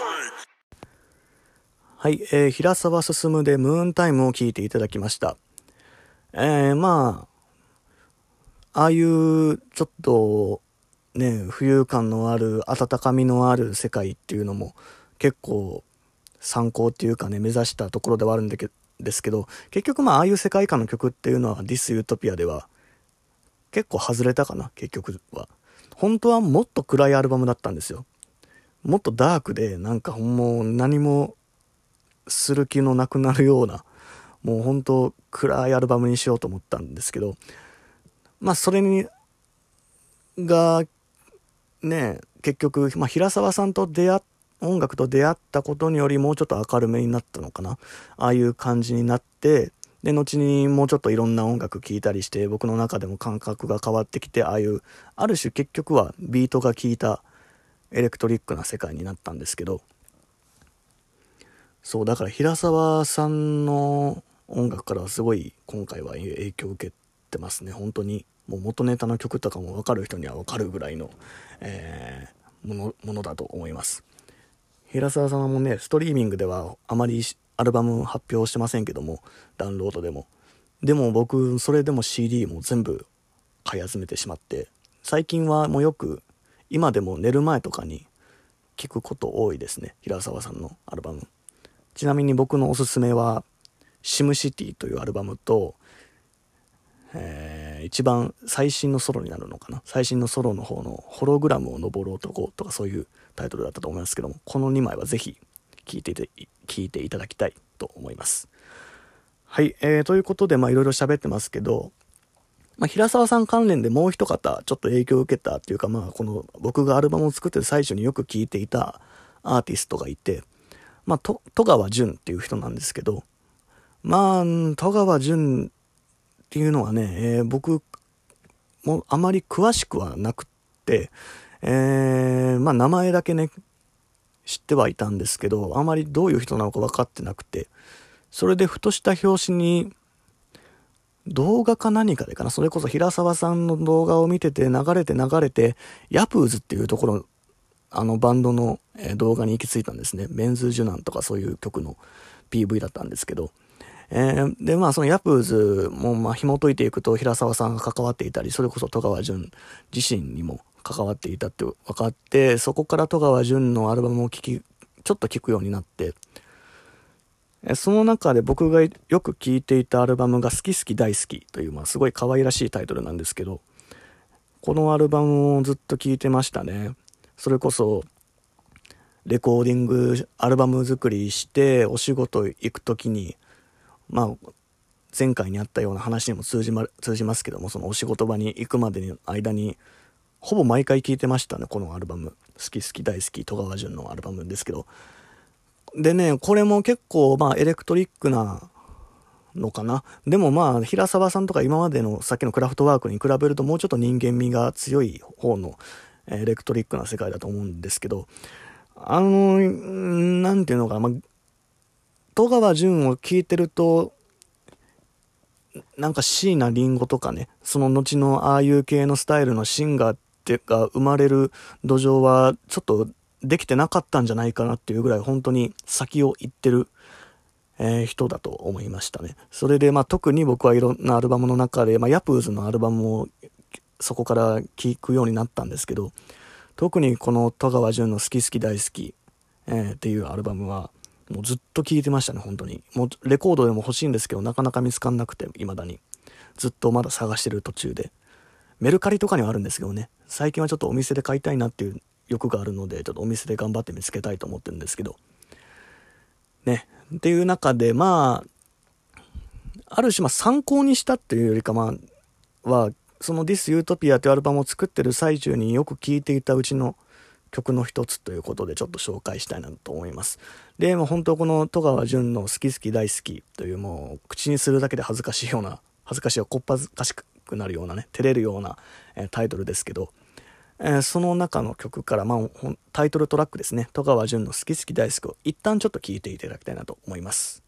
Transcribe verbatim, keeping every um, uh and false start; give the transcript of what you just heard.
はい、えー、平沢進でムーンタイムを聞いていただきました。えー、まあ、ああいうちょっとね、浮遊感のある、温かみのある世界っていうのも結構参考っていうかね、目指したところではあるんだけですけど、結局まあ、ああいう世界観の曲っていうのはディス・ユートピアでは結構外れたかな、結局は。本当はもっと暗いアルバムだったんですよ。もっとダークで、なんかもう何もする気のなくなるような、もう本当暗いアルバムにしようと思ったんですけど、まあそれにがね、結局、まあ、平沢さんと出会っ音楽と出会ったことによりもうちょっと明るめになったのかな、ああいう感じになって、で後にもうちょっといろんな音楽聴いたりして僕の中でも感覚が変わってきて、ああいうある種結局はビートが効いたエレクトリックな世界になったんですけど、そうだから平沢さんの音楽からはすごい今回は影響を受けてますね。本当にもう元ネタの曲とかも分かる人には分かるぐらいの、えー、もの、ものだと思います。平沢さんもね、ストリーミングではあまりアルバム発表してませんけども、ダウンロードでもでも僕それでも シーディー も全部買い集めてしまって、最近はもうよく今でも寝る前とかに聞くこと多いですね、平沢さんのアルバム。ちなみに僕のおすすめはシムシティというアルバムと、えー、一番最新のソロになるのかな、最新のソロの方のホログラムを登る男とかそういうタイトルだったと思いますけども、このにまいはぜひ聴いていて聴いていただきたいと思います。はい、えー、ということでまあいろいろ喋ってますけど、まあ、平沢さん関連でもう一方ちょっと影響を受けたっていうか、まあこの僕がアルバムを作ってる最初によく聴いていたアーティストがいて、まあと戸川純っていう人なんですけど、まあ戸川純っていうのはね、えー、僕もあまり詳しくはなくって、えー、まあ名前だけね知ってはいたんですけど、あまりどういう人なのか分かってなくて、それでふとした表紙に動画か何かでかな、それこそ平沢さんの動画を見てて流れて流れてヤプーズっていうところ、あのバンドの動画に行き着いたんですね。メンズジュナンとかそういう曲の ピーブイ だったんですけど、えー、でまあそのヤプーズもまあ紐解いていくと平沢さんが関わっていたり、それこそ戸川純自身にも関わっていたって分かって、そこから戸川純のアルバムを聴きちょっと聴くようになって、その中で僕がよく聴いていたアルバムが好き好き大好きという、まあすごい可愛らしいタイトルなんですけど、このアルバムをずっと聴いてましたね。それこそレコーディングアルバム作りしてお仕事行くときに、まあ前回にあったような話にも通じま、通じますけども、そのお仕事場に行くまでの間にほぼ毎回聴いてましたね、このアルバム。好き好き大好き戸川純のアルバムですけど、でね、これも結構まあエレクトリックなのかな。でもまあ平沢さんとか今までのさっきのクラフトワークに比べるともうちょっと人間味が強い方のエレクトリックな世界だと思うんですけど、あのなんていうのかな、まあ、戸川純を聴いてるとなんか椎名林檎とかね、その後のああいう系のスタイルのシンガーってが生まれる土壌はちょっとできてなかったんじゃないかなっていうぐらい本当に先を行ってる、えー、人だと思いましたね。それでまあ特に僕はいろんなアルバムの中で、まあ、ヤプーズのアルバムをそこから聴くようになったんですけど、特にこの戸川純の好き好き大好き、えー、っていうアルバムはもうずっと聴いてましたね。本当にもうレコードでも欲しいんですけどなかなか見つかんなくて、未だにずっとまだ探してる途中で、メルカリとかにはあるんですけどね、最近はちょっとお店で買いたいなっていう欲があるので、ちょっとお店で頑張って見つけたいと思ってるんですけどね。っていう中でまあある種まあ参考にしたっていうよりかまあは、その This Utopia というアルバムを作ってる最中によく聴いていたうちの曲の一つということでちょっと紹介したいなと思います。でもう本当この戸川純の好き好き大好きという、もう口にするだけで恥ずかしいような、恥ずかしいはこっぱずかしくなるようなね、照れるような、えー、タイトルですけど、えー、その中の曲から、まあ、タイトルトラックですね、戸川純の好き好き大好きを一旦ちょっと聴いていただきたいなと思います。